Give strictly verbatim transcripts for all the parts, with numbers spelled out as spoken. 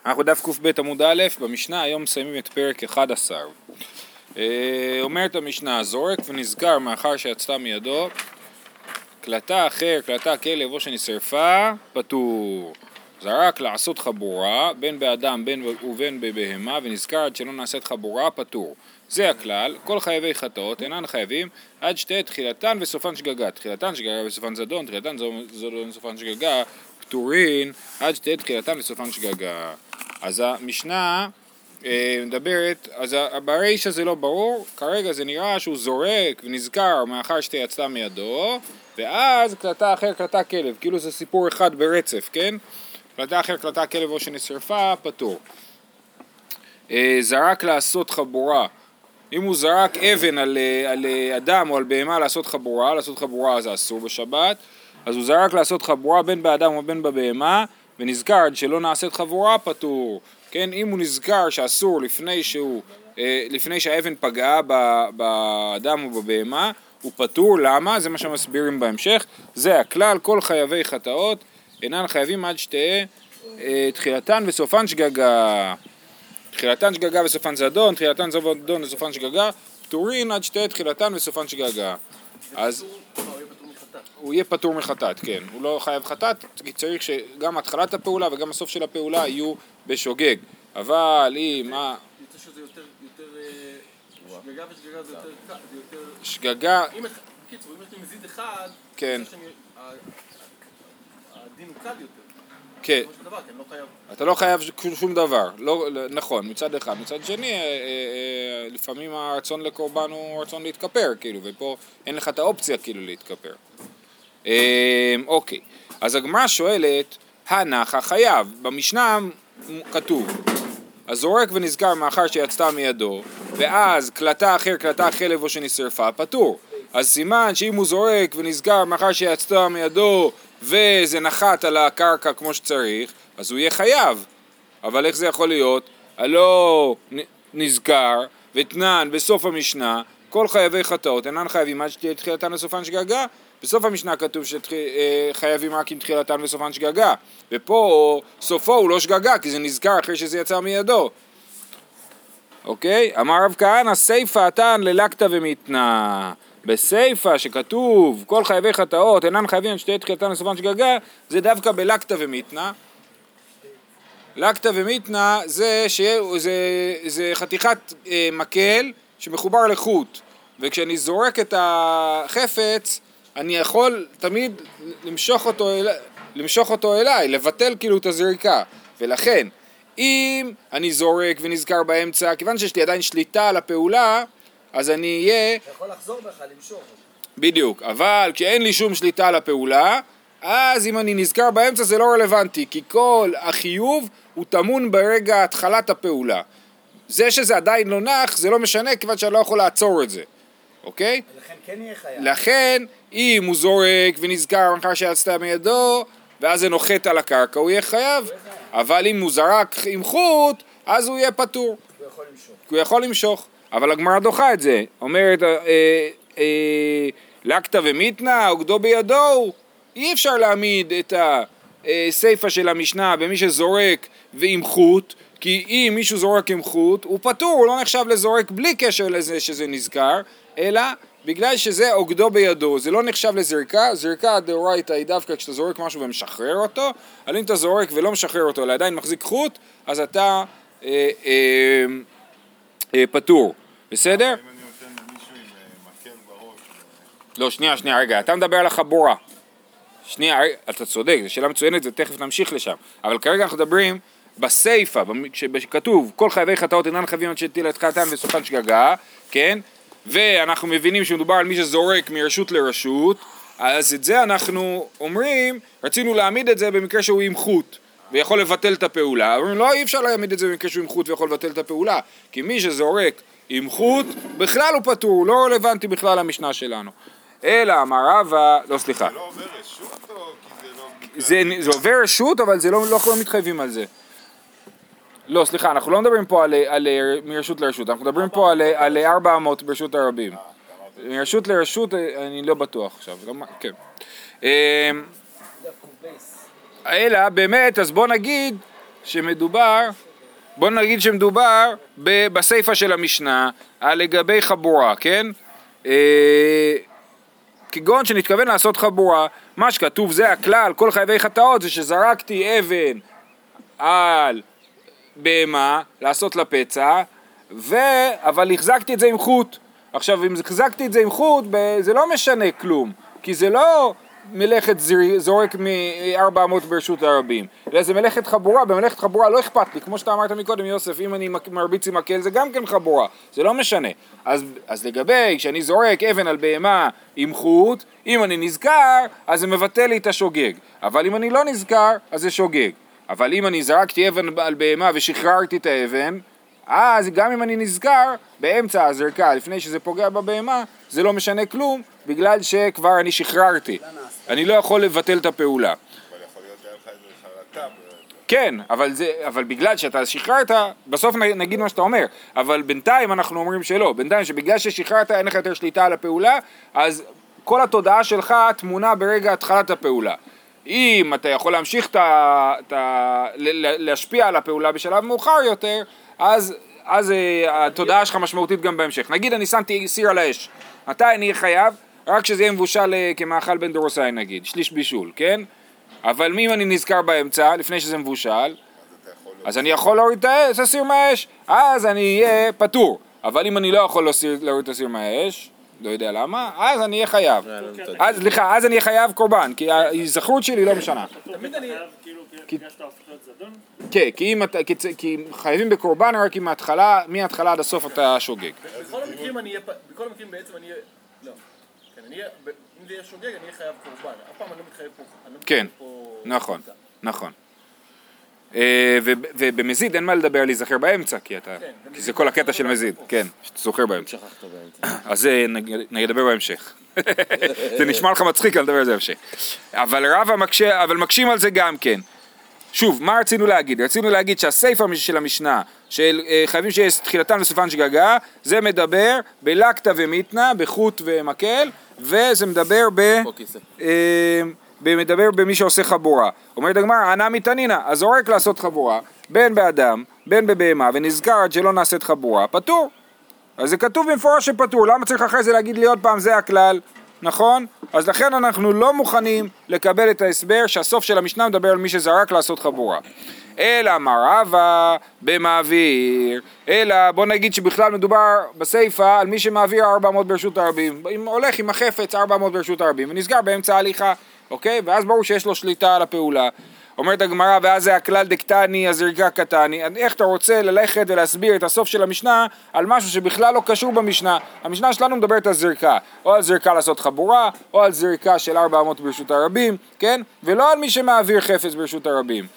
אנחנו דף קב עמוד א', במשנה היום מסיימים את פרק אחד עשר. אומרת המשנה, זורק ונזכר מאחר שיצאה מידו, קלטה אחר, קלטה כלב או שנשרפה, פטור. זרק לעשות חבורה, בין באדם בין ובין בבהמה, ונזכר עד שלא נעשית חבורה, פטור. זה הכלל, כל חייבי חטאות אינן חייבים עד שתהיה תחילתן וסופן שגגה. תחילתן שגגה וסופן זדון, תחילתן זדון וסופן שגגה, פטורין עד שתהיה תחילתן וסופן שגגה. אז המשנה אה, מדברת, אז ברישא זה לא ברור, כרגע זה נראה שהוא זורק ונזכר מאחר שתהיה יצאה מידו, ואז קלטה אחר קלטה כלב, כאילו זה סיפור אחד ברצף, כן? קלטה אחר קלטה כלב או שנשרפה, פטור. אה, זרק לעשות חבורה, אם הוא זרק אבן על, על אדם או על בהמה לעשות חבורה, לעשות חבורה זה אסור בשבת, אז הוא זרק לעשות חבורה בין באדם או בין בבהמה, ונזכר עד שלא נעשית חבורה, פטור. כן, אם הוא נזכר שאסור לפני שהוא, לפני שהאבן פגעה באדם או בבהמה, הוא פטור. למה? זה מה שמסבירים בהמשך. זה הכלל, כל חייבי חטאות אינן חייבים עד שתהיה תחילתן וסופן שגגה. תחילתן שגגה וסופן זדון, תחילתן זדון וסופן שגגה, פטורין עד שתהיה תחילתן וסופן שגגה. אז הוא יהיה פטור מחטאת, כן. הוא לא חייב חטאת, כי צריך שגם התחלת הפעולה וגם הסוף של הפעולה יהיו בשוגג. אבל אם... יוצא שזה יותר... שגגה ושגגה זה יותר... שגגה... בקיצור, אם יש לי מזיד אחד, כן. הדין הוא קל יותר. כן. אתה לא חייב שום דבר, לא, נכון, מצד אחד. מצד שני, לפעמים הרצון לקורבן הוא רצון להתכפר, כאילו, ופה אין לך את האופציה כאילו להתכפר. אוקיי, אז הגמרא שואלת, הנחה חייב, במשנה כתוב, הזורק ונזכר מאחר שיצאה מידו, ואז קלטה אחר קלטה חלב או שנשרפה, פטור. אז סימן שאם הוא זורק ונזכר מאחר שיצאה מידו, וזה נחת על הקרקע כמו שצריך, אז הוא יהיה חייב. אבל איך זה יכול להיות? הלא נזכר ותנן בסוף המשנה, כל חייבי חטאות אינן חייבים עד שתהיה תחילתן וסופן שגגה. בסוף המשנה כתוב שחייבים רק עם תחילתן וסופן שגגה, ופה סופו הוא לא שגגה כי זה נזכר אחרי שזה יצא מידו. אוקיי? אמר רב כהנא, סיפא תן ללקתא ומתנא. בסייפה שכתוב כל חייבי חטאות אינן חייבים עד שתהיה תחילתן וסופן שגגה, זה דווקא בלקתא ומתנא. לקתא ומתנא זה, זה, זה חתיכת אה, מקל שמחובר לחוט, וכשאני זורק את החפץ אני יכול תמיד למשוך אותו, אל, למשוך אותו אליי, לבטל כאילו את הזריקה. ולכן אם אני זורק ונזכר באמצע, כיוון שיש לי עדיין שליטה על הפעולה, אז אני אהיה... אתה יכול לחזור בך, למשוך. בדיוק, אבל כשאין לי שום שליטה על הפעולה, אז אם אני נזכר באמצע זה לא רלוונטי, כי כל החיוב הוא תמון ברגע התחלת הפעולה. זה שזה עדיין לא נח, זה לא משנה, כיוון שאני לא יכול לעצור את זה. אוקיי? ולכן כן יהיה חייב. לכן, אם הוא זורק ונזכר מאחר שיצאה מידו, ואז זה נוחת על הקרקע, הוא יהיה חייב. אבל אם הוא זרק עם חוט, אז הוא יהיה פטור. הוא יכול למשוך. הוא יכול למשוך. אבל הגמרא דוחה את זה, אומרת, אה, אה, לקתא ומתנא, עוגדו בידו, אי אפשר להעמיד את הסיפא של המשנה במי שזורק ועם חוט, כי אם מישהו זורק עם חוט, הוא פטור, הוא לא נחשב לזורק בלי קשר לזה שזה נזכר, אלא בגלל שזה עוגדו בידו, זה לא נחשב לזריקה, זריקה דאורייתא היא דווקא כשאתה זורק משהו ומשחרר אותו, אבל אם אתה זורק ולא משחרר אותו, אלא עדיין מחזיק חוט, אז אתה... אה, אה, פטור, בסדר? אם אני נותן למישהו עם מקל בראש... לא, שנייה, שנייה, רגע, אתה מדבר על החבורה. שנייה, אתה צודק, זו שאלה מצוינת, זה תכף נמשיך לשם. אבל כרגע אנחנו מדברים בסייפה, שכתוב, כל חייבי חטאות אינן חייבים עד שתהיה תחילתן וסופן שגגה, כן? ואנחנו מבינים שמדובר על מי שזורק מרשות לרשות, אז את זה אנחנו אומרים, רצינו להעמיד את זה במקרה שהוא עם חוט. ויכול לבטל את הפעולה, אבל לא, אי אפשר להעמיד את זה במקרה שהוא עם חוט ויכול לבטל את הפעולה, כי מי שזורק עם חוט, בכלל הוא פטור, הוא לא רלוונטי בכלל למשנה שלנו. אלא אמר רבא, לא סליחה. זה לא עובר רשות או כי זה לא... זה, זה עובר רשות, אבל זה לא, לא, לא מתחייבים על זה. לא, סליחה, אנחנו לא מדברים פה על, על, על מרשות לרשות, אנחנו מדברים פה על, על ארבע מאות ברשות הרבים. מרשות לרשות אני לא בטוח עכשיו, לא, כן. אלא באמת, אז בוא נגיד שמדובר, בוא נגיד שמדובר ב- בסיפה של המשנה על לגבי חבורה, כן? אה, כגון שנתכוון לעשות חבורה, מה שכתוב זה הכלל, כל חייבי חטאות זה שזרקתי אבן על בהמה לעשות לה פצע, ו... אבל החזקתי את זה עם חוט. עכשיו אם החזקתי את זה עם חוט זה לא משנה כלום, כי זה לא מלאכת זורק מ-ארבע מאות ברשות הרבים, אלא זה מלאכת חבורה. במלאכת חבורה לא אכפת לי, כמו שאתה אמרת מקודם יוסף, אם אני מרביץ עם מקל זה גם כן חבורה, זה לא משנה. אז, אז לגבי כשאני זורק אבן על בהמה עם חוט, אם אני נזכר אז זה מבטל לי את השוגג, אבל אם אני לא נזכר אז זה שוגג. אבל אם אני זרקתי אבן על בהמה ושחררתי את האבן, אז גם אם אני נזכר באמצע הזרקה לפני שזה פוגע בבהמה זה לא משנה כלום, בגלל שכבר אני שחררתי, אני לא יכול לבטל את הפעולה. אבל יכול להיות היה לך איזה חרטה. כן, אבל, זה, אבל בגלל שאתה שחררת, בסוף נגיד מה שאתה אומר, אבל בינתיים אנחנו אומרים שלא, בינתיים שבגלל ששחררת אין לך יותר שליטה על הפעולה, אז כל התודעה שלך תמונה ברגע התחלת הפעולה. אם אתה יכול להמשיך ת, ת, להשפיע על הפעולה בשלב מאוחר יותר, אז, אז התודעה שלך משמעותית גם בהמשך. נגיד אני שמתי סיר על האש, מתי אני אהיה חייב? רק שזה יהיה מבושל כמאכל בן דורוסאי נגיד, שליש בישול, כן? אבל אם אני נזכר באמצע, לפני שזה מבושל, אז אני יכול להוריד את הסיר מהאש, אז אני אהיה פטור. אבל אם אני לא יכול להוריד את הסיר מהאש, לא יודע למה, אז אני אהיה חייב. אז, סליחה, אז אני אהיה חייב קורבן, כי הזכרות שלי לא משנה. תמיד אני חייב כאילו בגלל שאתה הופך להיות זדון? כן, כי אם אתה, כי חייבים בקורבן רק אם מההתחלה, מההתחלה עד הסוף אתה שוגג. בכל המקרים אני אהיה, בכל המקרים בעצם אני אהיה, לא, כן, אני אהיה, אם זה יהיה שוגג אני אהיה חייב קורבן, אף פעם אני לא מתחייב פה. כן, נכון, נכון. ובמזיד אין מה לדבר על להיזכר באמצע, כי זה כל הקטע של מזיד, כן, שאתה זוכר באמצע. אז נדבר בהמשך. זה נשמע לך מצחיק, אני אדבר על זה בהמשך. אבל רבא מקשה, אבל מקשים על זה גם כן. שוב, מה רצינו להגיד? רצינו להגיד שהספר של המשנה, של חייבים שיש תחילתן וסופן שגגה, זה מדבר בלקטה ומיתנה, בחוט ומקל, וזה מדבר ב... מדבר במי שעושה חבורה. אומרת הגמרא, ענה מתנינא, אז זורק לעשות חבורה, בין באדם, בין בבהמה, ונזכר עד שלא נעשית חבורה, פטור. אז זה כתוב במפורש שפטור, למה צריך אחרי זה להגיד לי עוד פעם, זה הכלל, נכון? אז לכן אנחנו לא מוכנים לקבל את ההסבר שהסוף של המשנה מדבר על מי שזרק לעשות חבורה. אלא מרבה במעביר, אלא בוא נגיד שבכלל מדובר בסייפה על מי שמעביר ארבע מאות ברשות הרבים, אם הולך עם החפץ ארבע מאות ברשות הרבים ונסגר באמצע ההליכה, אוקיי? ואז ברור שיש לו שליטה על הפעולה. אומרת הגמרא, ואז זה הכלל דקטני, הזריקה קטני. איך אתה רוצה ללכת ולהסביר את הסוף של המשנה על משהו שבכלל לא קשור במשנה? המשנה שלנו מדברת על זריקה, או על זריקה לעשות חבורה, או על זריקה של ארבע מאות ברשות הרבים, כן? ולא על מי שמעביר חפץ ברשות הרבים.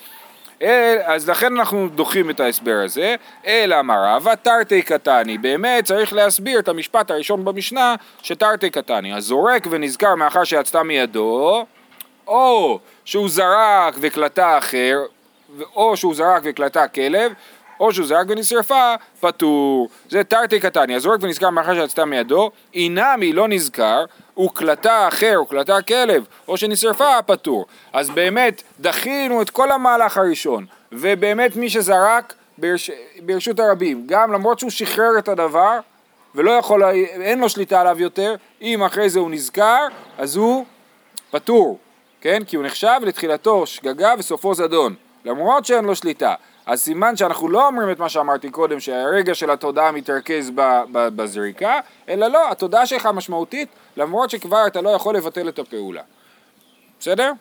אז לכן אנחנו דוחים את ההסבר הזה, אלא מרבה תרתי קטני, באמת צריך להסביר את המשפט הראשון במשנה שתרתי קטני, הזורק ונזכר מאחר שיצתה מידו, או שהוא זרק וקלטה אחר, או שהוא זרק וקלטה כלב, או שהוא זרק ונשרפה, פטור. זה תרתי קטני, הזורק ונזכר מאחר שיצתה מידו, אינמי לא נזכר, וקלטה אחר, וקלטה כלב, או שנשרפה, פטור. אז באמת דחינו את כל המהלך הראשון, ובאמת מי שזרק ברש... ברשות הרבים, גם למרות שהוא שחרר את הדבר, ולא יכול, אין לו שליטה עליו יותר, אם אחרי זה הוא נזכר, אז הוא פטור, כן? כי הוא נחשב לתחילתו שגגה וסופו זדון, למרות שאין לו שליטה. אז סימן שאנחנו לא אומרים את מה שאמרתי קודם, שהרגע של התודעה מתרכז בזריקה, אלא לא, התודעה שלך משמעותית, למרות שכבר אתה לא יכול לבטל את הפעולה. בסדר?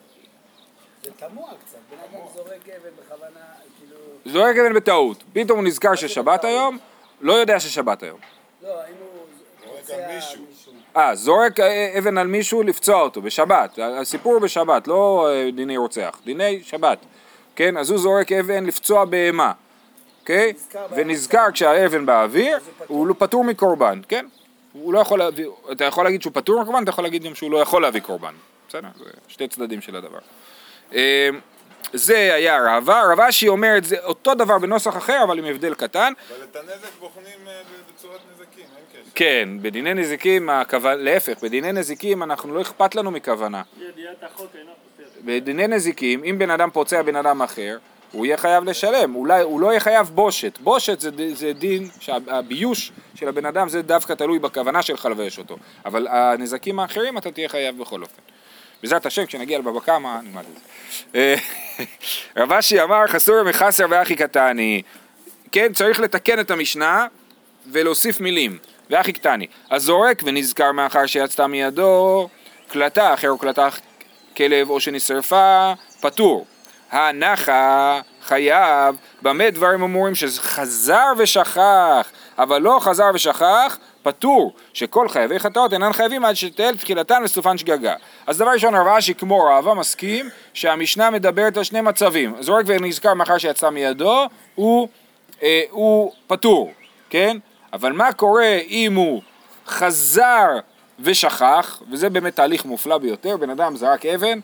זה תמוה קצת, בן אדם זורק אבן בכוונה, כאילו... זורק אבן בטעות, פתאום הוא נזכר ששבת היום, לא יודע ששבת היום. לא, אם הוא זורק על מישהו. אה, זורק אבן על מישהו לפצוע אותו, בשבת, הסיפור הוא בשבת, לא דיני רוצח, דיני שבת. כן, אז הוא זורק אבן לפצוע בהמה, אוקיי? ונזכר כשהאבן באוויר, הוא לא פטור מקורבן, כן? הוא לא יכול להביא, אתה יכול להגיד שהוא פטור מקורבן, אתה יכול להגיד גם שהוא לא יכול להביא קורבן, בסדר? זה שתי צדדים של הדבר. זה היה רבא, רבא שהיא אומרת, זה אותו דבר בנוסח אחר, אבל עם הבדל קטן. אבל את הנזק בוחנים בצורת נזקים, אין קשר. כן, בדיני נזיקים, להפך, בדיני נזיקים אנחנו לא אכפת לנו מכוונה. ידיעת החוק אינו פותר. בדיני נזיקים, אם בן אדם פוצע בן אדם אחר, הוא יהיה חייב לשלם, אולי הוא לא יהיה חייב בושת, בושת זה, זה דין שהביוש של הבן אדם זה דווקא תלוי בכוונה שלך לבייש אותו, אבל הנזקים האחרים אתה תהיה חייב בכל אופן. בעזרת השם כשנגיע לבבא קמא נלמד את זה. רב אשי אמר חסור מחסר ואחי קטני, כן צריך לתקן את המשנה ולהוסיף מילים, ואחי קטני, הזורק ונזכר מאחר שיצתה מידו, קלטה אחר או קלטה כלב או שנשרפה, פטור. הנחה חייב, במה דברים אמורים שחזר ושכח, אבל לא חזר ושכח, פטור, שכל חייבי חטאות אינן חייבים עד שתהל תחילתן לסופן שגגה. אז דבר ראשון, רב אשי כמו רבא מסכים שהמשנה מדברת על שני מצבים. זורק ונזכר מאחר שיצא מידו, הוא, אה, הוא פטור, כן? אבל מה קורה אם הוא חזר ושכח, וזה באמת תהליך מופלא ביותר, בן אדם זרק אבן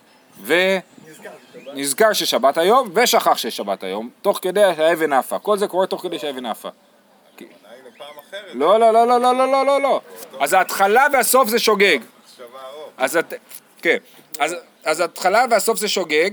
ונזכר ששבת היום ושכח ששבת היום, תוך כדי שהאבן עפה, כל זה קורה תוך כדי שהאבן עפה. לא, לא, לא, לא, לא, לא, לא, לא. אז ההתחלה והסוף זה שוגג. אז את, כן. אז אז ההתחלה והסוף זה שוגג.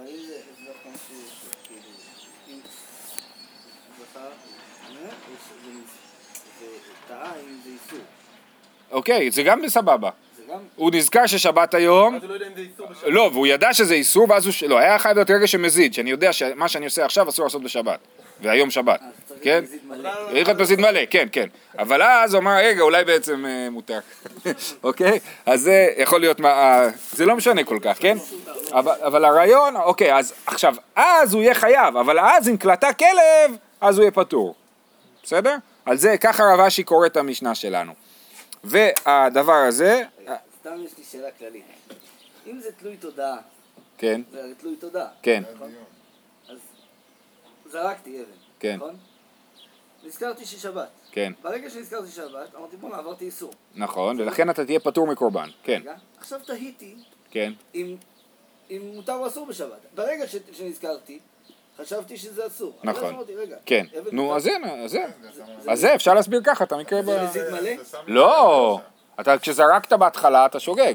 אוקיי, זה גם בסבבה. הוא נזכר ששבת היום, לא, והוא ידע שזה איסור, ואז הוא, לא, היה חייב להיות רגע שמזיד, שאני יודע שמה שאני עושה עכשיו אסור לעשות בשבת, והיום שבת, כן? צריך להיות מזיד מלא, כן, כן. אבל אז הוא אמר, רגע, אולי בעצם מותר, אוקיי? אז זה יכול להיות, זה לא משנה כל כך, כן? אבל הרעיון, אוקיי, אז עכשיו, אז הוא יהיה חייב, אבל אז אם קלטה כלב, אז הוא יהיה פטור. בסדר? על זה, ככה רב אשי קורא את המשנה שלנו. והדבר הזה... סתם יש לי שאלה כללית. אם זה תלוי תודעה, כן. זה תלוי תודעה. כן. אז זרקתי אבן, כן. נכון? נזכרתי ששבת. כן. ברגע שנזכרתי שבת, אמרתי בוא נעברתי איסור. נכון, ולכן אתה תהיה פטור מקורבן. כן. עכשיו תהיתי כן. אם מותר או אסור בשבת. ברגע שנזכרתי, חשבתי שזה אסור. נכון. אמרתי, רגע, כן. נו, אז זה, אז זה. אז זה, אפשר להסביר ככה, אתה מקרה ב... זה מזיד מלא? לא. אתה, כשזרקת בהתחלה, אתה שוגג.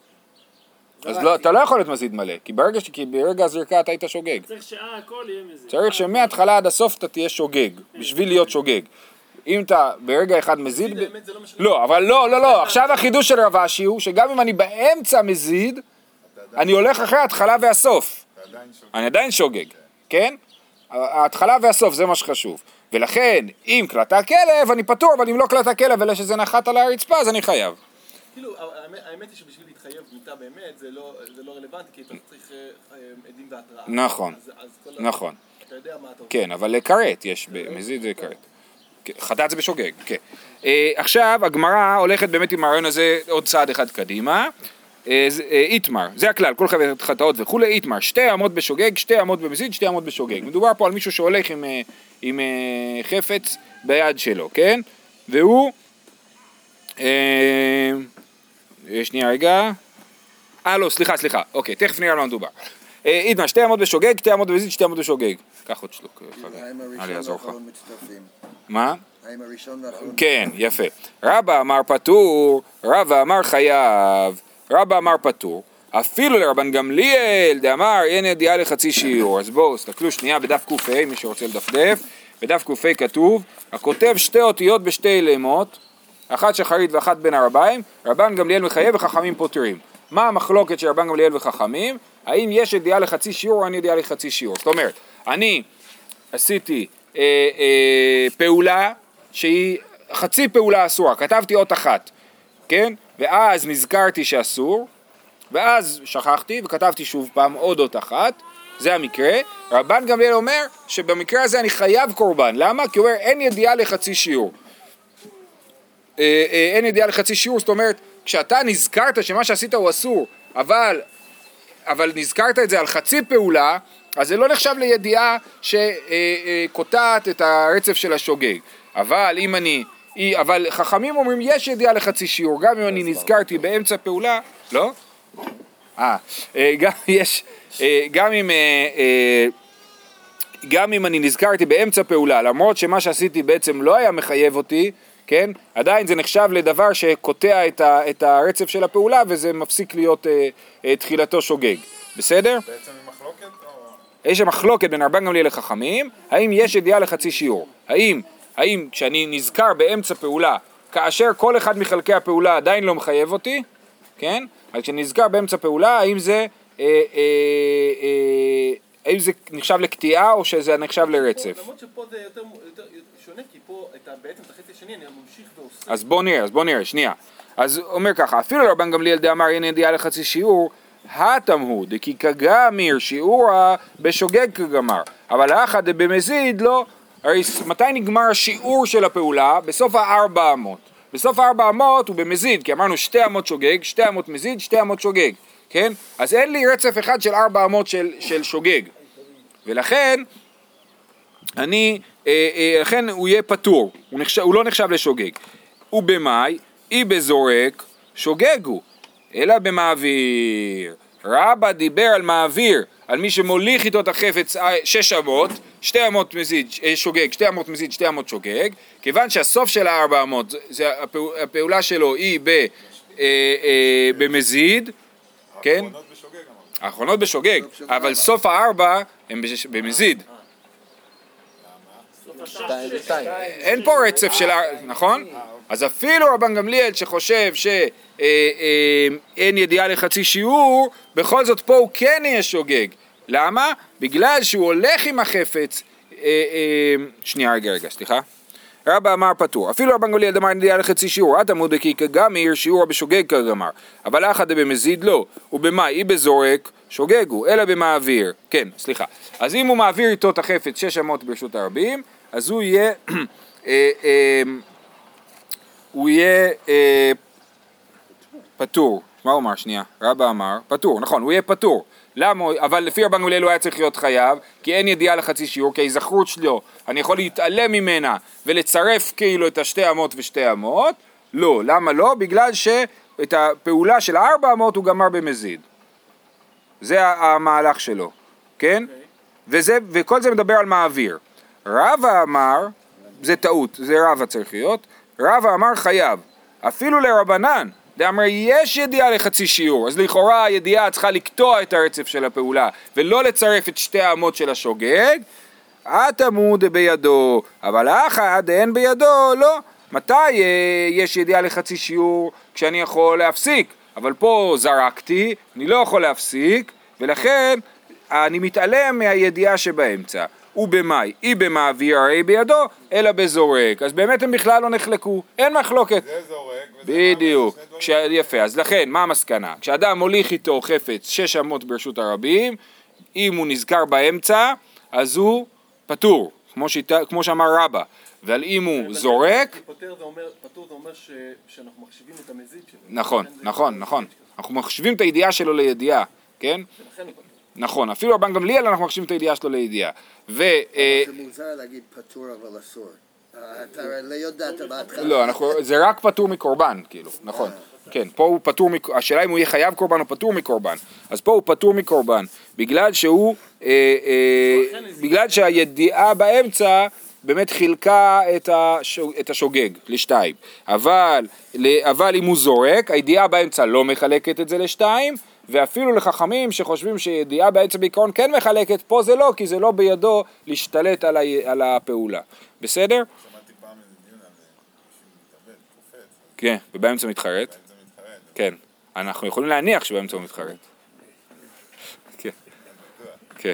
אז לא, אתה לא יכול להיות מזיד מלא, כי ברגע, כי ברגע הזריקה אתה היית שוגג. צריך שעה הכל יהיה מזיד. צריך שמההתחלה עד הסוף אתה תהיה שוגג, בשביל להיות שוגג. אם אתה ברגע אחד מזיד... לא, אבל לא, לא, לא. עכשיו החידוש של רב אשי הוא שגם אם אני באמצע מזיד, אני הולך אחרי ההתחלה והסוף. אני עדיין שוגג, כן? ההתחלה והסוף זה מה שחשוב. ולכן, אם קלטה כלב, אני פטור, אבל אם לא קלטה כלב, אלא שזה נחת על הרצפה, אז אני חייב. כאילו, האמת היא שבשביל להתחייב מיטה באמת, זה לא רלוונטי, כי אתה צריך עדים והתראה. נכון, נכון. אתה יודע מה אתה רוצה. כן, אבל לקראת, יש, מזיד זה קראת. חטאת זה בשוגג, כן. עכשיו, הגמרא הולכת באמת עם הרעיון הזה עוד צעד אחד קדימה. איתמר, זה הכלל, כל חייבי חטאות וכולי, איתמר, שתי אמות בשוגג, שתי אמות במזיד, שתי אמות בשוגג. מדובר פה על מישהו שהולך עם, עם חפץ ביד שלו, כן? והוא, אה, שנייה רגע, אה לא, סליחה, סליחה, אוקיי, תכף נראה מה מדובר. איתמר, שתי אמות בשוגג, שתי אמות במזיד, שתי אמות בשוגג. קח עוד שלוק, אני אעזור לך. מה? האם הראשון והאחרון? כן, יפה. רבא אמר פטור, רבא אמר חייב, רבא אמר פטור, אפילו לרבן גמליאל, דאמר אין ידיעה לחצי שיעור. אז בואו, תסתכלו שנייה בדף ק"ה, מי שרוצה לדפדף, בדף ק"ה כתוב, הכותב שתי אותיות בשתי לימות, אחת שחרית ואחת בין הרביים, רבן גמליאל מחייב וחכמים פותרים. מה המחלוקת של רבן גמליאל וחכמים? האם יש ידיעה לחצי שיעור או אין ידיעה לחצי שיעור? זאת אומרת, אני עשיתי אה, אה, פעולה, שהיא חצי פעולה אסורה, כתבתי אות אחת, כן? ואז נזכרתי שאסור, ואז שכחתי וכתבתי שוב פעם עוד אות אחת, זה המקרה. רבן גמליאל אומר שבמקרה הזה אני חייב קורבן, למה? כי הוא אומר אין ידיעה לחצי שיעור. אה, אה, אין ידיעה לחצי שיעור, זאת אומרת, כשאתה נזכרת שמה שעשית הוא אסור, אבל, אבל נזכרת את זה על חצי פעולה, אז זה לא נחשב לידיעה שקוטעת את הרצף של השוגג. אבל אם אני, אבל חכמים אומרים יש ידיעה לחצי שיעור, גם אם אני נזכרתי באמצע פעולה, לא? אה, גם יש, גם אם, גם אם אני נזכרתי באמצע פעולה, למרות שמה שעשיתי בעצם לא היה מחייב אותי, כן? עדיין זה נחשב לדבר שקוטע את, ה, את הרצף של הפעולה, וזה מפסיק להיות תחילתו שוגג. בסדר? בעצם היא מחלוקת או... יש שם מחלוקת בין רבן גמליאל לחכמים, האם יש ידיעה לחצי שיעור? האם, האם כשאני נזכר באמצע פעולה, כאשר כל אחד מחלקי הפעולה עדיין לא מחייב אותי, כן? אז כשאני נזכר באמצע פעולה, האם זה, אה, אה, אה, האם זה נחשב לקטיעה או שזה נחשב לרצף? למרות שפה זה יותר, יותר, יותר שונה, כי פה את, בעצם את החצי השני אני ממשיך ועושה. אז בוא נראה, אז בוא נראה, שנייה. אז אומר ככה, אפילו לרבן גמליאל דאמר אין ידיעה לחצי שיעור, התמהו דקי כגמיר שיעורה בשוגג כגמר, אבל האחד במזיד לא. הרי מתי נגמר השיעור של הפעולה? בסוף הארבע אמות. בסוף הארבע אמות הוא במזיד, כי אמרנו שתי אמות שוגג, שתי אמות מזיד, שתי אמות שוגג, כן? אז אין לי רצף אחד של ארבע אמות של, של שוגג, ולכן אני, אה, אה, לכן הוא יהיה פטור, הוא, נחשב, הוא לא נחשב לשוגג. ובמאי, אי בזורק, שוגג הוא, אלא במעביר. רבא דיבר על מעביר, על מי שמוליך איתו את החפץ שש אמות, שתי אמות מזיד שוגג, שתי אמות מזיד, שתי אמות שוגג, כיוון שהסוף של הארבע אמות, זה הפעולה שלו היא ב, אה, אה, במזיד, כן? האחרונות בשוגג אמרת. האחרונות בשוגג, אבל סוף הארבע הם במזיד. שתיים ושתיים. אין פה רצף של, נכון? אז אפילו רבן גמליאל שחושב שאין ידיעה לחצי שיעור, בכל זאת פה הוא כן יהיה שוגג. למה? בגלל שהוא הולך עם החפץ, שנייה רגע רגע, סליחה. רבא אמר פטור, אפילו רבן גמליאל דאמר אין ידיעה לחצי שיעור, התמהו דקי כגמיר שיעור בשוגג כגמר, אבל האחד במזיד לא, ובמאי אי בזורק שוגג הוא, אלא במעביר. כן, סליחה. אז אם הוא מעביר איתו את החפץ שש אמות ברשות הרבים, אז הוא יהיה הוא יהיה אה, פטור. מה הוא אמר? שנייה. רבא אמר פטור, נכון, הוא יהיה פטור. למה? אבל לפי רבן גמליאל הוא היה צריך להיות חייב, כי אין ידיעה לחצי שיעור, כי ההיזכרות שלו, אני יכול להתעלם ממנה ולצרף כאילו את השתי אמות ושתי אמות. לא, למה לא? בגלל שאת הפעולה של הארבע אמות הוא גמר במזיד. זה המהלך שלו, כן? Okay. וזה, וכל זה מדבר על מעביר. רבא אמר, זה טעות, זה רבא צריך להיות, רבא אמר חייב, אפילו לרבנן, דאמר יש ידיעה לחצי שיעור, אז לכאורה הידיעה צריכה לקטוע את הרצף של הפעולה, ולא לצרף את שתי האמות של השוגג, התמהו דבידו, אבל האחד אין בידו, לא. מתי יש ידיעה לחצי שיעור? כשאני יכול להפסיק, אבל פה זרקתי, אני לא יכול להפסיק, ולכן אני מתעלם מהידיעה שבאמצע. ובמאי, אי במעביר הרי בידו, אלא בזורק. אז באמת הם בכלל לא נחלקו, אין מחלוקת. זה זורק וזה מעביר. בדיוק, כש... יפה. אז לכן, מה המסקנה? כשאדם מוליך איתו חפץ שש אמות ברשות הרבים, אם הוא נזכר באמצע, אז הוא פטור, כמו, שית... כמו שאמר רבא. אבל אם הוא זורק... פטור זה אומר, פטור זה אומר ש... שאנחנו מחשיבים את המזיד שלו. נכון, נכון, נכון. אנחנו מחשיבים את הידיעה שלו לידיעה, כן? ולכן הוא פטור. נכון, אפילו רבן גמליאל אנחנו מחשיבים את הידיעה שלו לידיעה. ו... זה מוזר להגיד פטור אבל אסור. אתה לא יודעת בהתחלה. לא, אנחנו, זה רק פטור מקורבן, כאילו, נכון. כן, פה הוא פטור, השאלה אם הוא יהיה חייב קורבן או פטור מקורבן. אז פה הוא פטור מקורבן, בגלל שהוא, אה, אה, בגלל שהידיעה באמצע באמת חילקה את, השog, את השוגג לשתיים. אבל, אבל אם הוא זורק, הידיעה באמצע לא מחלקת את זה לשתיים, ואפילו לחכמים שחושבים שידיעה בעצם בעיקרון כן מחלקת, פה זה לא, כי זה לא בידו להשתלט על, ה, על הפעולה. בסדר? שמעתי פעם איזה דיון על מישהו מתאבד, קופץ. כן, ובאמצע מתחרט. באמצע מתחרט. כן, אנחנו יכולים להניח שבאמצע הוא מתחרט. כן, כן.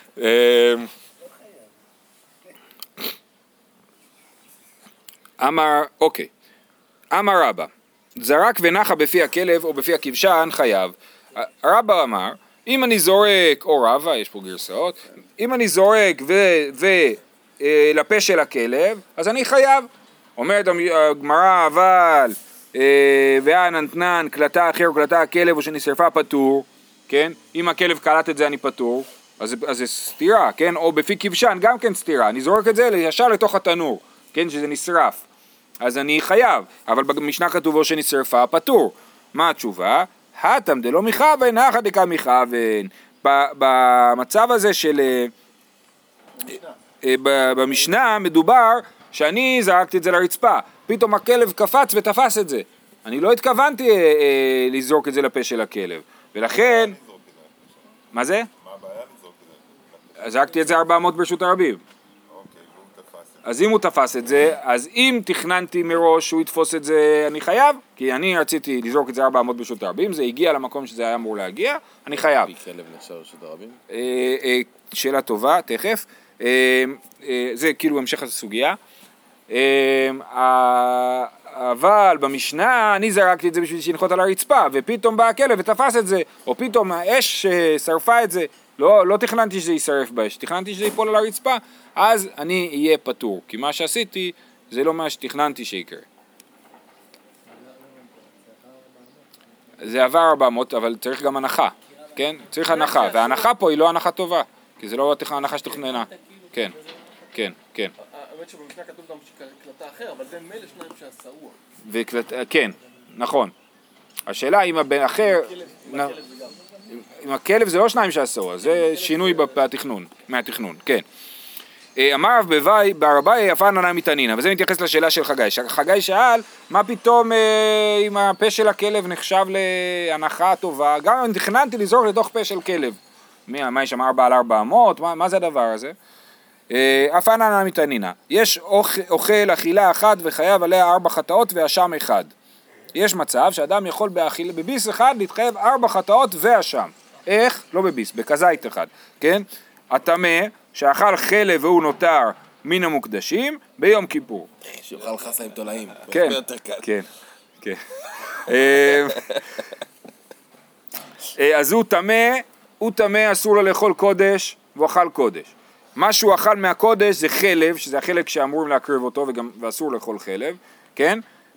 אמר, אוקיי, אמר רבא, זרק ונחה בפי הכלב או בפי הכבשן חייב. רבא אמר, אם אני זורק, או רבא, יש פה גרסאות, אם אני זורק ולפה של הכלב, אז אני חייב. אומרת הגמרא, אבל והנתנן, קלטה אחר או קלטה הכלב או שנשרפה פטור, כן? אם הכלב קלט את זה אני פטור, אז, אז זה סתירה, כן? או בפי כבשן גם כן סתירה, אני זורק את זה ישר לתוך התנור, כן? שזה נשרף. אז אני חייב, אבל במשנה כתוב או שנשרפה פטור. מה התשובה? התם דלא מכוון, נחה דקה מכוון. במצב הזה של... במשנה מדובר שאני זרקתי את זה לרצפה, פתאום הכלב קפץ ותפס את זה. אני לא התכוונתי לזרוק את זה לפה של הכלב, ולכן... מה זה? מה הבעיה לזרוק את זרקתי את זה ארבע מאות ברשות הרבים. אוקיי, והוא תפס את אז אם הוא תפס את זה, אז אם תכננתי מראש שהוא יתפוס את זה, אני חייב, כי אני רציתי לזרוק את זה ארבע מאות ברשות הרבים, זה הגיע למקום שזה היה אמור להגיע, אני חייב. כלב נחשב רשות הרבים? אה, אה, שאלה טובה, תכף. אה, אה, זה כאילו המשך הסוגיה. אה, אבל במשנה אני זרקתי את זה בשביל שינחות על הרצפה, ופתאום בא הכלב ותפס את זה, או פתאום האש שרפה את זה, לא, לא תכננתי שזה יישרף באש, תכננתי שזה ייפול על הרצפה, אז אני אהיה פטור, כי מה שעשיתי זה לא מה שתכננתי שיקרה. זה עבר ארבע מאות, אבל צריך גם הנחה, כן? צריך הנחה, וההנחה פה היא לא הנחה טובה, כי זה לא הנחה שתכננה. כן, כן, כן. האמת שבמשנה כתוב גם שקלטה אחר, אבל זה מילא שניים שהסעור. וקלט... כן, נכון. השאלה אם הבן אחר... עם הכלב זה לא שניים שעשו, זה שינוי בתכנון, מהתכנון, כן. אמר רב בוואי, ברביי יפן ענה מתענינה, וזה מתייחס לשאלה של חגי. חגי שאל, מה פתאום אה, אם הפה של הכלב נחשב להנחה טובה, גם אם תכננתי לזרוק לתוך פה של כלב. מה, מה יש שם ארבע על ארבע אמות? מה, מה זה הדבר הזה? אפן ענה מתענינה, יש אוכל אכילה אחת וחייב עליה ארבע חטאות ואשם אחד. יש מצב שאדם יכול באכילה, בביס אחד להתחייב ארבע חטאות ואשם. איך? לא בביס, בכזית אחד, כן? הטמא שאכל חלב והוא נותר מן המוקדשים ביום כיפור. שיוכל חסה עם תולעים. כן, כן, כן. אז הוא טמא, הוא טמא אסור לו לאכול קודש והוא אכל קודש. מה שהוא אכל מהקודש זה חלב, שזה החלק שאמורים להקריב אותו וגם, ואסור לאכול חלב, כן?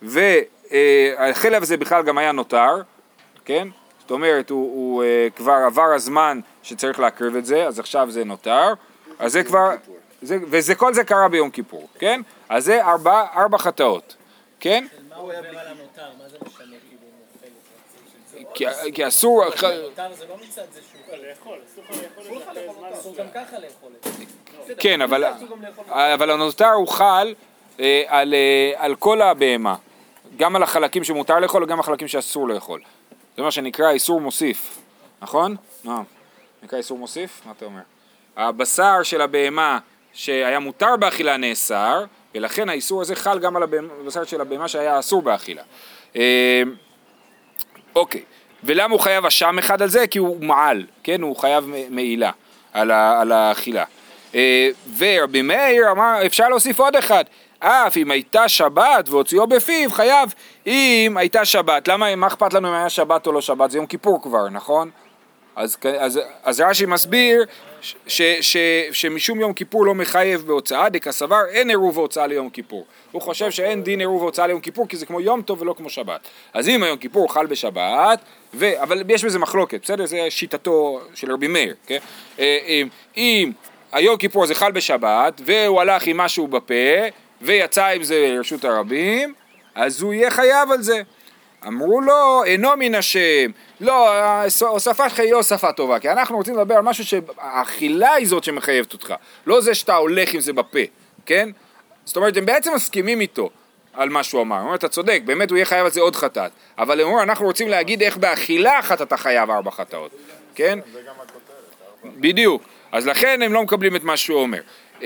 והחלב הזה בכלל גם היה נותר, כן? זאת אומרת, הוא, הוא כבר עבר הזמן שצריך להקריב את זה, אז עכשיו זה נותר, אז זה כבר, זה, וזה כל זה קרה ביום כיפור, כן? אז זה ארבע, ארבע חטאות, כן? מה הוא אומר על הנותר? מה זה משנה כאילו הוא כי, כי אסור... הנותר זה לא מצד זה שהוא לאכול, אסור לך לאכול, אסור גם ככה לאכול את זה. כן, אבל, אבל הנותר הוא חל אה, על, אה, על כל הבהמה, גם על החלקים שמותר לאכול וגם החלקים שאסור לאכול. זה מה שנקרא איסור מוסיף, נכון? לא, נקרא איסור מוסיף? מה אתה אומר? הבשר של הבהמה שהיה מותר באכילה נאסר, ולכן האיסור הזה חל גם על הבשר של הבהמה שהיה אסור באכילה. אה, אוקיי, ולמה הוא חייב אשם אחד על זה? כי הוא מעל, כן? הוא חייב מעילה על, ה, על האכילה. אה, ורבי מאיר אמר, אפשר להוסיף עוד אחד, אף אם הייתה שבת והוציאו בפיו, חייב. אם הייתה שבת, למה, מה אכפת לנו אם היה שבת או לא שבת? זה יום כיפור כבר, נכון? אז, אז, אז רש"י מסביר ש, ש, ש, שמשום יום כיפור לא מחייב בהוצאה, דקסבר אין עירוב והוצאה ליום כיפור. הוא חושב שאין דין עירוב והוצאה ליום כיפור כי זה כמו יום טוב ולא כמו שבת. אז אם היום כיפור חל בשבת, ו, אבל יש בזה מחלוקת, בסדר? זה שיטתו של רבי מאיר, כן? אם, אם היום כיפור זה חל בשבת והוא הלך עם משהו בפה ויצא עם זה לרשות הרבים, אז הוא יהיה חייב על זה. אמרו לו, אינו מן השם, לא, הוספה שלך היא לא הוספה טובה, כי אנחנו רוצים לדבר על משהו שהאכילה היא זאת שמחייבת אותך, לא זה שאתה הולך עם זה בפה, כן? זאת אומרת, הם בעצם מסכימים איתו על מה שהוא אמר, הוא אומר, אתה צודק, באמת הוא יהיה חייב על זה עוד חטאת, אבל הם אומרים, אנחנו רוצים להגיד איך באכילה אחת אתה חייב ארבע חטאות, כן? זה גם הכותרת. בדיוק, אז לכן הם לא מקבלים את מה שהוא אומר.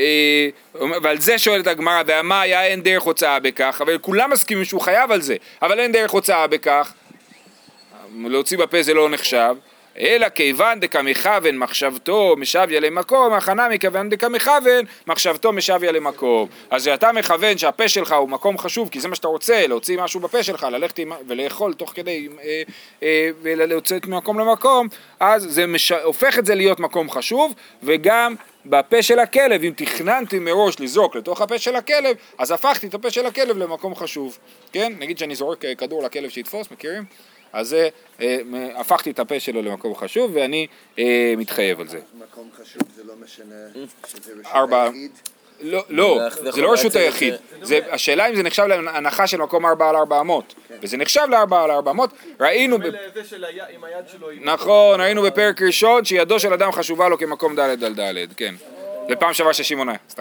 ועל זה שואלת הגמרא, ומה היה אין דרך הוצאה בכך, אבל כולם מסכימים שהוא חייב על זה, אבל אין דרך הוצאה בכך, להוציא בפה זה לא נחשב, אלא כיוון דקמכוון מחשבתו משוויה למקום, הכנה מכיוון דקמכוון מחשבתו משוויה למקום. אז אתה מכוון שהפה שלך הוא מקום חשוב, כי זה מה שאתה רוצה, להוציא משהו בפה שלך, ללכת ולאכול תוך כדי אה, אה, ולהוציא ממקום למקום, אז זה מש... הופך את זה להיות מקום חשוב, וגם בפה של הכלב, אם תכננתי מראש לזרוק לתוך הפה של הכלב, אז הפכתי את הפה של הכלב למקום חשוב, כן? נגיד שאני זורק כדור לכלב שיתפוס, מכירים? אז זה, אה, הפכתי את הפה שלו למקום חשוב, ואני אה, מתחייב על זה. מקום חשוב זה לא משנה שזה רשות ארבע... היחיד? לא, לא, זה לא רשות היחיד. זה, השאלה אם זה נחשב להנחה של מקום ארבע על ארבע אמות, וזה נחשב לארבע על ארבע אמות. ראינו... זה של היד, עם היד שלו... נכון, ראינו בפרק ראשון שידו של אדם חשובה לו כמקום ד' על ד', כן. זה פעם שווה ששימונה, סתם.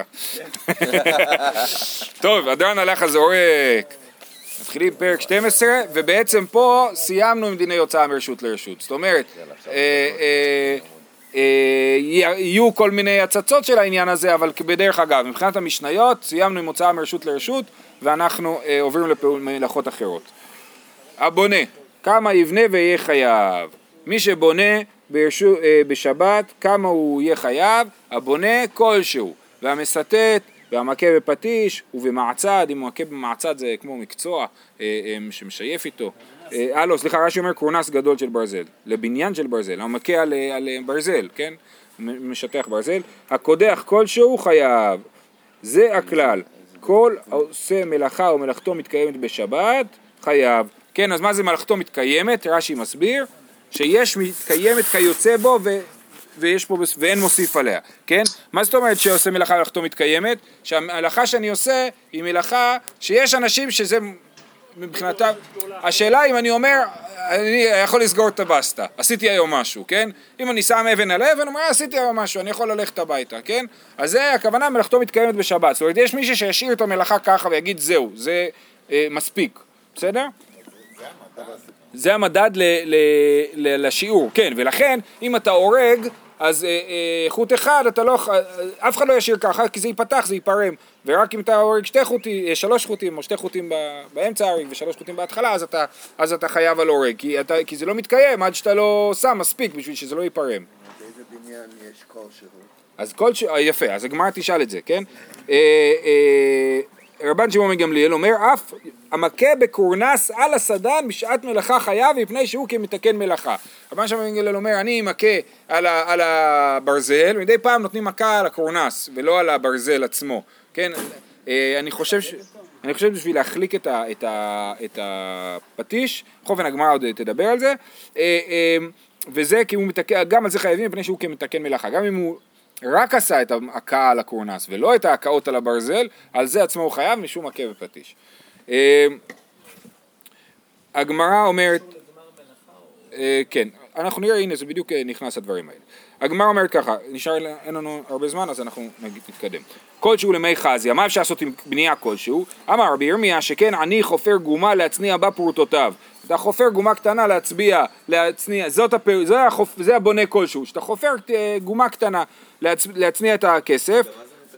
טוב, אדרן הלך הזורק. מתחילים פרק שתים עשרה, ובעצם פה סיימנו עם דיני הוצאה מרשות לרשות. זאת אומרת, אה, אה, יהיו כל מיני הצצות של העניין הזה, אבל בדרך אגב, מבחינת המשניות, סיימנו עם הוצאה מרשות לרשות, ואנחנו עוברים למלאכות אחרות. הבונה, כמה יבנה ויהיה חייב. מי שבונה ברשו, בשבת, כמה הוא יהיה חייב, הבונה כלשהו, והמסתת, והמכה בפטיש, ובמעצד, אם הוא מכה במעצד זה כמו מקצוע שמשייף איתו. אה, לא, סליחה, רש"י אומר קורנס גדול של ברזל, לבניין של ברזל, המכה על, על ברזל, כן? משטח ברזל. הקודח כלשהו חייב, זה הכלל. כל עושה מלאכה או מלאכתו מתקיימת בשבת, חייב. כן, אז מה זה מלאכתו מתקיימת? רש"י מסביר שיש מתקיימת כיוצא בו ו... ויש פה, ואין מוסיף עליה, כן? מה זאת אומרת שעושה מלאכה מלאכתו מתקיימת? שהמלאכה שאני עושה היא מלאכה שיש אנשים שזה מבחינתם, השאלה אם אני אומר, אני יכול לסגור את הבסטה, עשיתי היום משהו, כן? אם אני שם אבן על אבן, אומר, עשיתי היום משהו, אני יכול ללכת הביתה, כן? אז זה הכוונה, מלאכתו מתקיימת בשבת, זאת אומרת, יש מישהו שישאיר את המלאכה ככה ויגיד, זהו, זה אה, מספיק, בסדר? זה המדד ל, ל, ל, לשיעור, כן, ולכן, אם אתה הורג, אז אה, אה, חוט אחד, אתה לא, אף אחד לא ישאיר ככה, כי זה ייפתח, זה ייפרם, ורק אם אתה הורג שתי חוטים, שלוש חוטים, או שתי חוטים באמצע הריג, ושלוש חוטים בהתחלה, אז אתה, אז אתה חייב על הורג, כי, אתה, כי זה לא מתקיים עד שאתה לא שם מספיק, בשביל שזה לא ייפרם. באיזה בניין יש כלשהו? אז כלשהו, יפה, אז הגמרא תשאל את זה, כן? אה, אה, רבן שמעון בן גמליאל אומר, אף המכה בקורנס על הסדן בשעת מלאכה חייב מפני שהוא כמתקן מלאכה. רבן שמעון בן גמליאל אומר, אני מכה על, על הברזל, מדי פעם נותנים מכה על הקורנס ולא על הברזל עצמו, כן? אני חושב ש... אני חושב בשביל להחליק את, ה, את, ה, את הפטיש, חובן הגמרא עוד תדבר על זה, וזה כי הוא מתקן, גם על זה חייבים מפני שהוא כמתקן מלאכה, גם אם הוא רק עשה את ההקעה על הקורנס ולא את ההקעות על הברזל, על זה עצמו הוא חייב משום מכה בפטיש. הגמרא אומרת, כן, אנחנו נראה, הנה זה בדיוק נכנס הדברים האלה. הגמרא אומרת ככה, נשאר, אין לנו הרבה זמן אז אנחנו נתקדם. כלשהו למי חזיה, מה אפשר לעשות עם בנייה כלשהו? אמר רבי ירמיה שכן אני חופר גומה להצניע בה פרוטותיו. אתה חופר גומה קטנה להצביע, להצניע, זאת הפר, זה, החופ, זה הבונה כלשהו, שאתה חופר גומה קטנה להצ, להצניע את הכסף.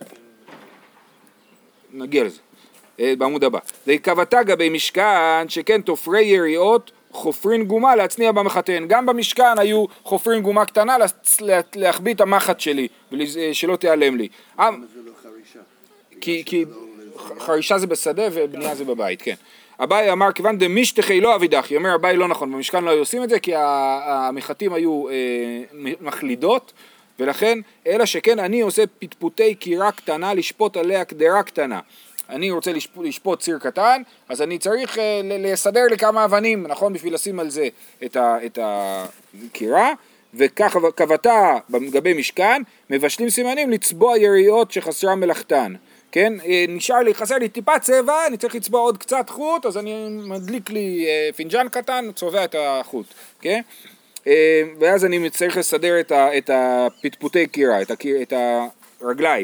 נגיע לזה, בעמוד הבא. להיקבתה גבי משכן שכן תופרי יריעות חופרין גומה להצניע במחתן. גם במשכן היו חופרין גומה קטנה להחביא את המחת שלי, שלא תיעלם לי. למה זה לא חרישה? כי, כי חרישה זה בשדה ובנייה זה בבית, כן. אביי אמר כיוון דמישתחי לא אבידחי, אומר אביי לא נכון, במשכן לא היו עושים את זה כי המחתים היו אה, מחלידות, ולכן אלא שכן אני עושה פטפוטי קירה קטנה לשפוט עליה קדרה קטנה. אני רוצה לשפוט, לשפוט ציר קטן, אז אני צריך אה, לסדר לי כמה אבנים, נכון? בשביל לשים על זה את, ה, את הקירה, וכך קבתה בגבי משכן, מבשלים סימנים לצבוע יריעות שחסרה מלאכתן. כן, נשאר לי, חסר לי טיפה צבע, אני צריך לצבוע עוד קצת חוט, אז אני מדליק לי פינג'ן קטן, צובע את החוט, כן? ואז אני צריך לסדר את, ה, את הפטפוטי קירה, את, הקיר, את הרגליים.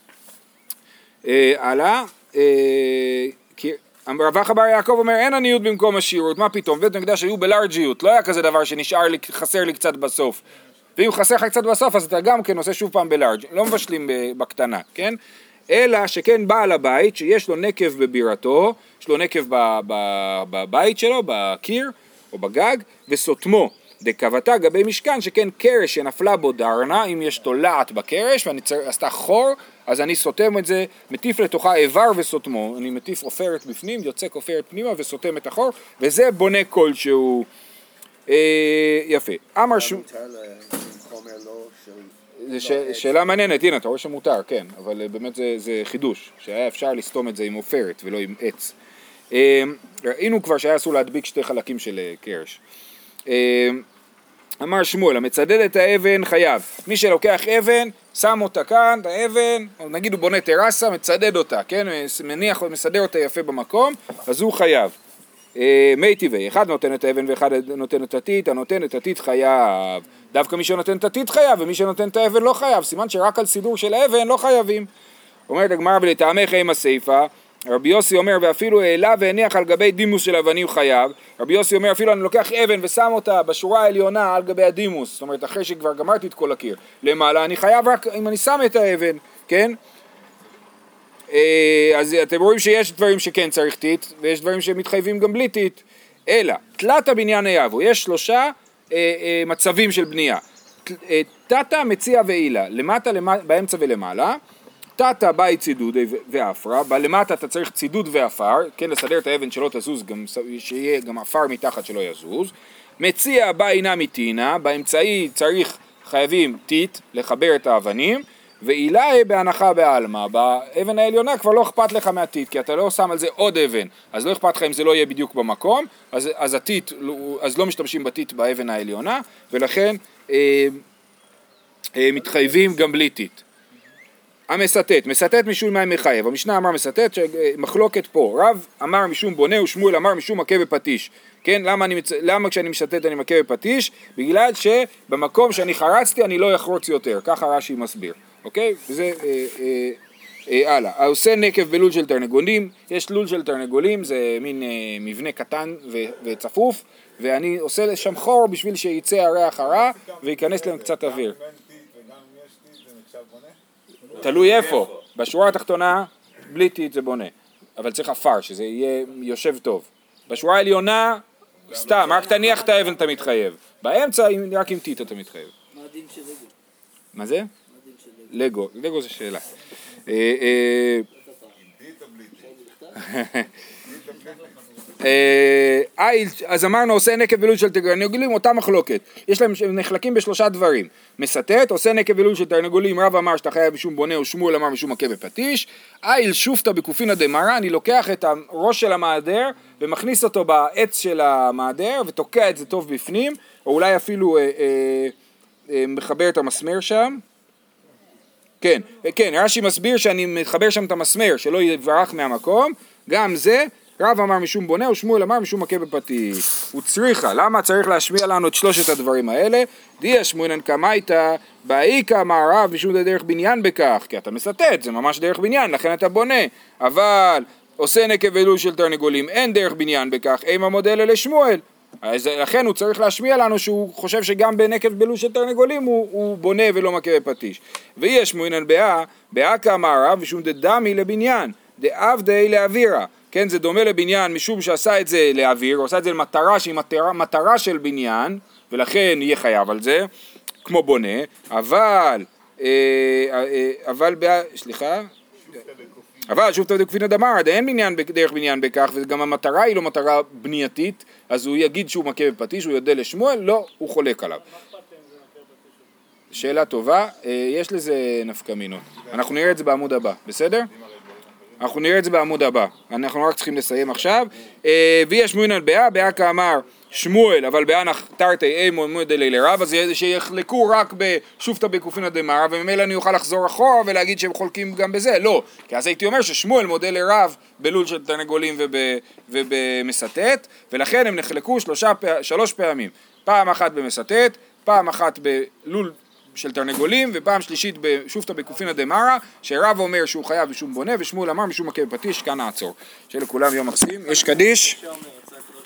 הלאה, רבח בר יעקב אומר, אין עניות במקום השירות, מה פתאום? בית מקדש היו בלארג'יות, לא היה כזה דבר שנשאר לי, חסר לי קצת בסוף. ואם חסר לך קצת בסוף, אז אתה גם כן עושה שוב פעם בלארג', לא מבשלים בקטנה, כן? אלא שכן בעל הבית שיש לו נקב בבירתו, יש לו נקב בבית שלו, בקיר או בגג, וסותמו דקבתה גבי משכן שכן קרש שנפלה בו דרנה, אם יש תולעת בקרש ואני עשתה חור, אז אני סותם את זה, מטיף לתוכה איבר וסותמו, אני מטיף עופרת בפנים, יוצק עופרת פנימה וסותם את החור, וזה בונה כלשהו. אה, יפה. אמר ש... חומר לא של... זה ש... שאלה מעניינת, הנה אתה רואה שמותר, כן, אבל באמת זה, זה חידוש, שהיה אפשר לסתום את זה עם עופרת ולא עם עץ. ראינו כבר שהיה אסור להדביק שתי חלקים של קרש. אמר שמואל, המצדד את האבן חייב, מי שלוקח אבן, שם אותה כאן, את האבן, נגיד הוא בונה טרסה, מצדד אותה, כן, מניח, מסדר אותה יפה במקום, אז הוא חייב. מי טבעי, אחד נותן את האבן ואחד נותן את התית, הנותן את התית חייב. דווקא מי שנותן את התית חייב ומי שנותן את האבן לא חייב, סימן שרק על סידור של האבן לא חייבים. אומרת הגמרא ולטעמך עם הסיפה, רבי יוסי אומר ואפילו העלה והניח על גבי דימוס של אבנים חייב. רבי יוסי אומר אפילו אני לוקח אבן ושם אותה בשורה העליונה על גבי הדימוס, זאת אומרת אחרי שכבר גמרתי את כל הקיר למעלה, אני חייב רק אם אני שם את האבן, כן? אז אתם רואים שיש דברים שכן צריך טיט ויש דברים שמתחייבים גם בלי טיט. אלא תלת הבניין היבו, יש שלושה אה, אה, מצבים של בנייה, תתא, מציע ועילה, למטה, למטה, באמצע ולמעלה. תתא בית צידוד ואפרה, בלמטה אתה צריך צידוד ואפר, כן, לסדר את האבן שלא תזוז, גם, שיהיה גם אפר מתחת שלא יזוז. מציע בא אינה מתינה, באמצעי צריך, חייבים טיט, לחבר את האבנים, ועילה היא בהנחה בעלמא, באבן העליונה כבר לא אכפת לך מהטיט, כי אתה לא שם על זה עוד אבן, אז לא אכפת לך אם זה לא יהיה בדיוק במקום, אז, אז הטיט, אז לא משתמשים בטיט באבן העליונה, ולכן אה, אה, מתחייבים גם בלי טיט. המסתת, מסתת משום מה מחייב, המשנה אמר מסתת, מחלוקת פה, רב אמר משום בונה ושמואל אמר משום מכה בפטיש, כן, למה, אני, למה כשאני מסתת אני מכה בפטיש? בגלל שבמקום שאני חרצתי אני לא יחרוץ יותר, ככה רש"י מסביר, אוקיי? וזה אה, אה, אה, הלאה, העושה נקב בלול של תרנגולים, יש לול של תרנגולים, זה מין אה, מבנה קטן ו, וצפוף, ואני עושה שם חור בשביל שיצא הריח הרע וייכנס להם קצת אוויר. תלוי איפה, בשורה התחתונה בלי טיט זה בונה, אבל צריך אפר שזה יהיה יושב טוב. בשורה העליונה סתם, רק תניח את האבן אתה מתחייב, באמצע רק עם טיט אתה מתחייב. מה הדין של לגו? מה זה? מה הדין של לגו? לגו, לגו זה שאלה. אז אמרנו עושה נקב ולול של תרנגולים, אותה מחלוקת, יש להם נחלקים בשלושה דברים. מסתת, עושה נקב ולול של תרנגולים, רב אמר שאתה חייב משום בונה ושמואל אמר משום מכה בפטיש. איל שופטה בקופינא דמרא, אני לוקח את הראש של המעדר ומכניס אותו בעץ של המעדר ותוקע את זה טוב בפנים, או אולי אפילו אה, אה, אה, מחבר את המסמר שם. כן, כן, רש"י מסביר שאני מחבר שם את המסמר שלא יברח מהמקום, גם זה רב אמר משום בונה ושמואל אמר משום מכה בפטיש. הוא צריכה, למה צריך להשמיע לנו את שלושת הדברים האלה? דיה שמואלן קמייתא באיקא אמר רב משום דרך בניין בכך, כי אתה מסתת, זה ממש דרך בניין, לכן אתה בונה, אבל עושה נקב ולול של תרנגולים, אין דרך בניין בכך, אימה מודל אלה שמואל. אז לכן הוא צריך להשמיע לנו שהוא חושב שגם בנקב בלול של תרנגולים הוא, הוא בונה ולא מכה בפטיש. ויש שמואלן באה, באה כאמר רב משום דדמי לבניין, דאבדי לאווירה. כן, זה דומה לבניין משום שעשה את זה לאוויר, הוא עשה את זה למטרה שהיא מטרה, מטרה של בניין, ולכן יהיה חייב על זה, כמו בונה, אבל, אה, אה, אבל, סליחה, אבל שוב תבדוק כפינא דמרא, אין בניין דרך בניין בכך, וגם המטרה היא לא מטרה בנייתית, אז הוא יגיד שהוא מכה בפטיש, הוא יודע לשמואל, לא, הוא חולק עליו. שאלה טובה, יש לזה נפקא מינות, אנחנו נראה את זה בעמוד הבא, בסדר? אנחנו נראה את זה בעמוד הבא, אנחנו רק צריכים לסיים עכשיו. ויש שמואלן באה, באה כאמר שמואל, אבל באנח תרתי אימו מודלי לרב, אז שיחלקו רק בשופטה בקופינא דמרא, וממילא אני אוכל לחזור אחורה ולהגיד שהם חולקים גם בזה, לא, כי אז הייתי אומר ששמואל מודל לרב בלול של תרנגולים וב, ובמסתת, ולכן הם נחלקו שלושה, שלוש פעמים, פעם אחת במסתת, פעם אחת בלול של תרנגולים, ופעם שלישית בשופטה בקופינא דמרא, שרב אומר שהוא חייב משום בונה, ושמואל אמר משום מכה בפטיש, כאן נעצור. שיהיה לכולם יום מקסים, יש קדיש.